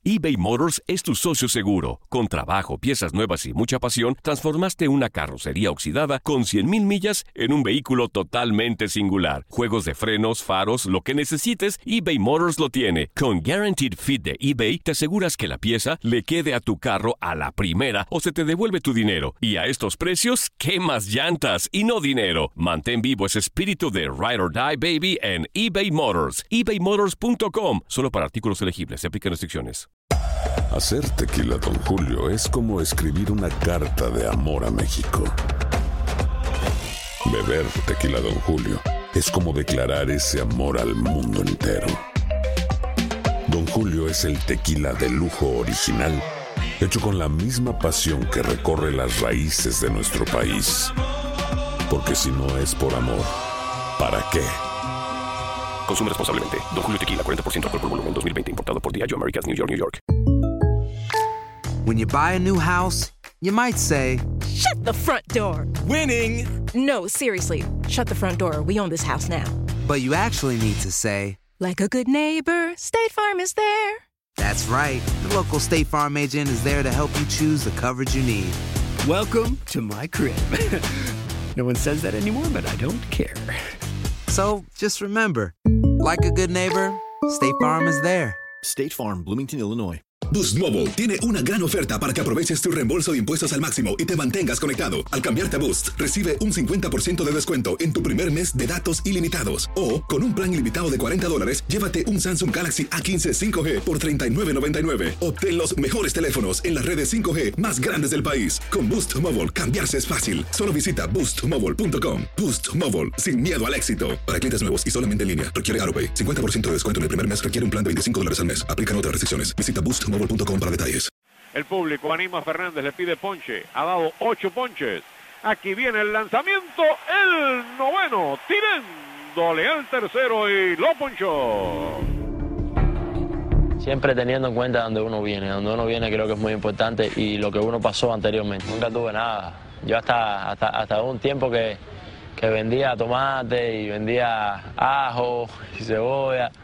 eBay Motors es tu socio seguro. Con trabajo, piezas nuevas y mucha pasión, transformaste una carrocería oxidada con 100,000 millas en un vehículo totalmente singular. Juegos de frenos, faros, lo que necesites, eBay Motors lo tiene. Con Guaranteed Fit de eBay, te aseguras que la pieza le quede a tu carro a la primera o se te devuelve tu dinero. Y a estos precios, ¿qué más llantas y no dinero? Mantén vivo ese espíritu de Ride or Die, baby, en eBay Motors. ebaymotors.com. Solo para artículos elegibles. Se aplican restricciones. Hacer tequila Don Julio es como escribir una carta de amor a México. Beber tequila Don Julio es como declarar ese amor al mundo entero. Don Julio es el tequila de lujo original, hecho con la misma pasión que recorre las raíces de nuestro país. Porque si no es por amor, ¿para qué? Consume responsablemente. Don Julio Tequila, 40% alcohol por volumen, 2020. Importado por Diageo Americas, New York, New York. When you buy a new house, you might say, "Shut the front door." Winning! No, seriously. Shut the front door. We own this house now. but you actually need to say, like a good neighbor, State Farm is there. That's right. The local State Farm agent is there to help you choose the coverage you need. Welcome to my crib. No one says that anymore, but I don't care. So just remember, like a good neighbor, State Farm is there. State Farm, Bloomington, Illinois. Boost Mobile tiene una gran oferta para que aproveches tu reembolso de impuestos al máximo y te mantengas conectado. Al cambiarte a Boost, recibe un 50% de descuento en tu primer mes de datos ilimitados. O, con un plan ilimitado de $40, llévate un Samsung Galaxy A15 5G por $39.99. Obtén los mejores teléfonos en las redes 5G más grandes del país. Con Boost Mobile, cambiarse es fácil. Solo visita boostmobile.com. Boost Mobile, sin miedo al éxito. Para clientes nuevos y solamente en línea, requiere AutoPay. 50% de descuento en el primer mes requiere un plan de $25 al mes. Aplican otras restricciones. Visita boostmobile.com para detalles. El público anima a Fernández, le pide ponche, ha dado 8 ponches. Aquí viene el lanzamiento, el noveno, tirándole al tercero y lo ponchó. Siempre teniendo en cuenta donde uno viene creo que es muy importante y lo que uno pasó anteriormente. Nunca tuve nada. Yo hasta un tiempo que vendía tomate y vendía ajo y cebolla.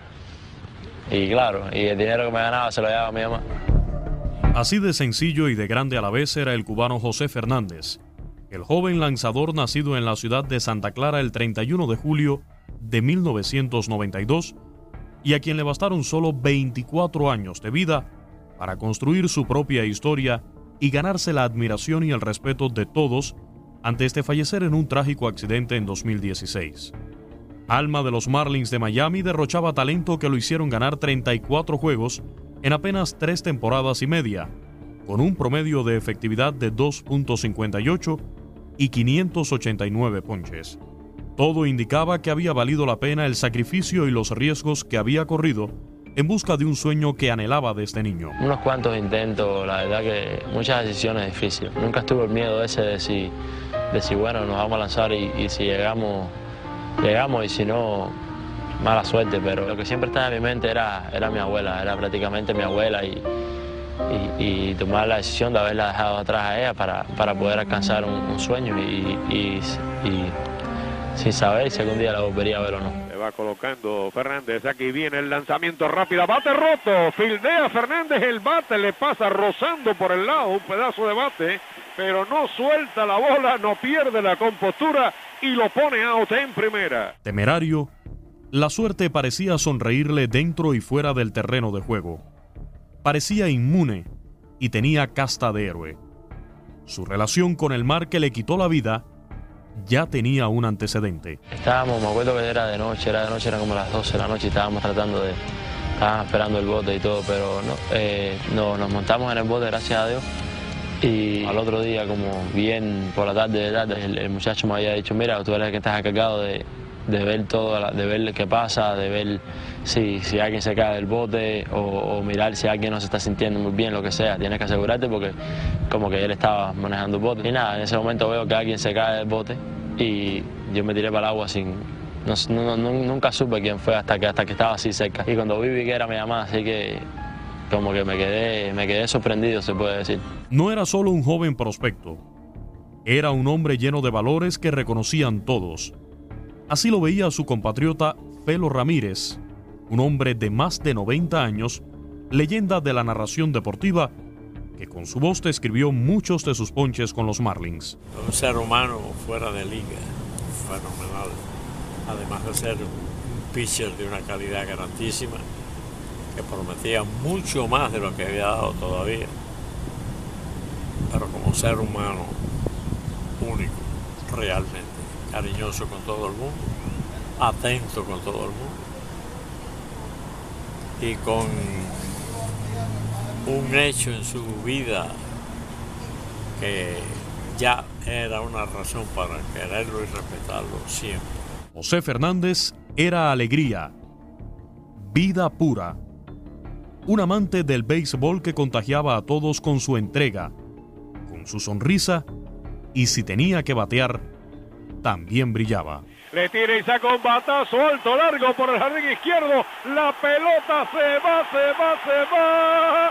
Y claro, y el dinero que me ganaba se lo llevaba a mi mamá. Así de sencillo y de grande a la vez era el cubano José Fernández, el joven lanzador nacido en la ciudad de Santa Clara el 31 de julio de 1992 y a quien le bastaron solo 24 años de vida para construir su propia historia y ganarse la admiración y el respeto de todos antes de fallecer en un trágico accidente en 2016. Alma de los Marlins de Miami, derrochaba talento que lo hicieron ganar 34 juegos en apenas 3 temporadas y media, con un promedio de efectividad de 2.58 y 589 ponches. Todo indicaba que había valido la pena el sacrificio y los riesgos que había corrido en busca de un sueño que anhelaba desde niño. Unos cuantos intentos, la verdad que muchas decisiones difíciles. Nunca estuvo el miedo ese de si bueno, nos vamos a lanzar y si llegamos y si no, mala suerte, pero lo que siempre estaba en mi mente era mi abuela, era prácticamente mi abuela y tomar la decisión de haberla dejado atrás a ella para poder alcanzar un sueño y sin saber si algún día la volvería a ver o no. Se va colocando Fernández, aquí viene el lanzamiento rápido, bate roto, fildea Fernández, el bate le pasa rozando por el lado, un pedazo de bate, pero no suelta la bola, no pierde la compostura y lo pone out en primera. Temerario, la suerte parecía sonreírle dentro y fuera del terreno de juego. Parecía inmune y tenía casta de héroe. Su relación con el mar que le quitó la vida ya tenía un antecedente. Me acuerdo que era de noche, eran como las 12 de la noche y estábamos esperando el bote y todo, pero no, nos montamos en el bote, gracias a Dios. Y al otro día, como bien por la tarde, el muchacho me había dicho, mira, tú eres el que estás encargado de ver todo, de ver qué pasa, de ver si alguien se cae del bote o mirar si alguien no se está sintiendo muy bien, lo que sea. Tienes que asegurarte porque como que él estaba manejando el bote. Y nada, en ese momento veo que alguien se cae del bote y yo me tiré para el agua nunca supe quién fue hasta que estaba así cerca. Y cuando vi que era mi mamá, así que como que me quedé sorprendido, se puede decir. No era solo un joven prospecto, era un hombre lleno de valores que reconocían todos. Así lo veía su compatriota Felo Ramírez, un hombre de más de 90 años leyenda de la narración deportiva, que con su voz describió muchos de sus ponches con los Marlins. Un ser humano fuera de liga, fenomenal, además de ser un pitcher de una calidad grandísima, que prometía mucho más de lo que había dado todavía, pero como ser humano único, realmente, cariñoso con todo el mundo, atento con todo el mundo y con un hecho en su vida que ya era una razón para quererlo y respetarlo siempre. José Fernández era alegría, vida pura, un amante del béisbol que contagiaba a todos con su entrega, con su sonrisa, y si tenía que batear, también brillaba. Le tira y saca un batazo alto, largo por el jardín izquierdo. La pelota se va.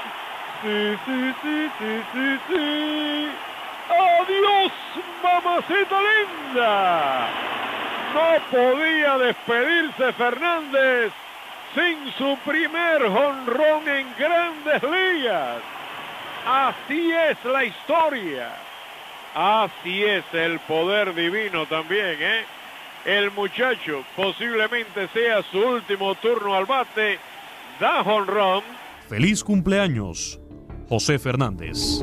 Sí. ¡Adiós, mamacita linda! No podía despedirse Fernández sin su primer jonrón en Grandes Ligas. Así es la historia. Así es el poder divino también, ¿eh? El muchacho posiblemente sea su último turno al bate. Da jonrón. Feliz cumpleaños, José Fernández.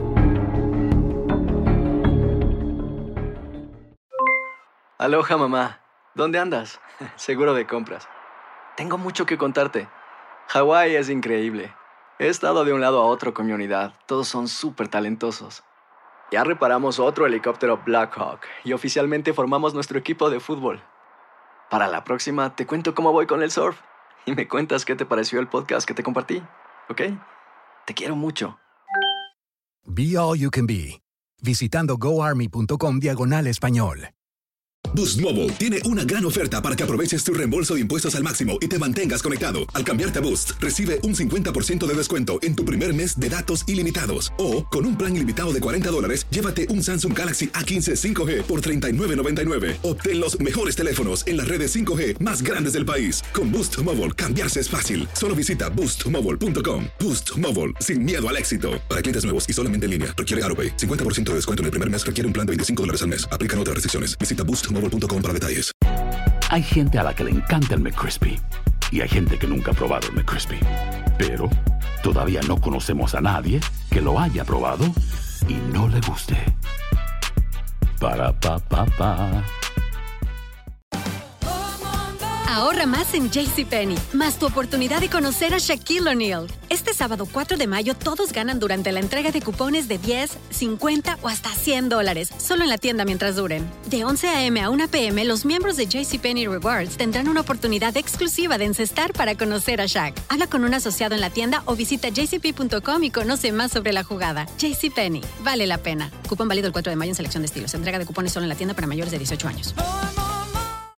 Aloha, mamá. ¿Dónde andas? Seguro de compras. Tengo mucho que contarte. Hawái es increíble. He estado de un lado a otro con mi unidad. Todos son súper talentosos. Ya reparamos otro helicóptero Blackhawk y oficialmente formamos nuestro equipo de fútbol. Para la próxima te cuento cómo voy con el surf y me cuentas qué te pareció el podcast que te compartí, ¿ok? Te quiero mucho. Be All You Can Be, visitando goarmy.com/español. Boost Mobile tiene una gran oferta para que aproveches tu reembolso de impuestos al máximo y te mantengas conectado. Al cambiarte a Boost, recibe un 50% de descuento en tu primer mes de datos ilimitados. O, con un plan ilimitado de $40, llévate un Samsung Galaxy A15 5G por $39.99. Obtén los mejores teléfonos en las redes 5G más grandes del país. Con Boost Mobile, cambiarse es fácil. Solo visita boostmobile.com. Boost Mobile, sin miedo al éxito. Para clientes nuevos y solamente en línea, requiere AutoPay. 50% de descuento en el primer mes requiere un plan de $25 al mes. Aplican otras restricciones. Visita boostmobile.com para detalles. Hay gente a la que le encanta el McCrispy y hay gente que nunca ha probado el McCrispy. Pero todavía no conocemos a nadie que lo haya probado y no le guste. Para pa pa pa. Ahorra más en JCPenney, más tu oportunidad de conocer a Shaquille O'Neal. Este sábado 4 de mayo todos ganan durante la entrega de cupones de $10, $50 o hasta $100, solo en la tienda mientras duren. De 11 a.m. a 1 p.m., los miembros de JCPenney Rewards tendrán una oportunidad exclusiva de encestar para conocer a Shaq. Habla con un asociado en la tienda o visita jcp.com y conoce más sobre la jugada. JCPenney, vale la pena. Cupón válido el 4 de mayo en selección de estilos. Entrega de cupones solo en la tienda para mayores de 18 años.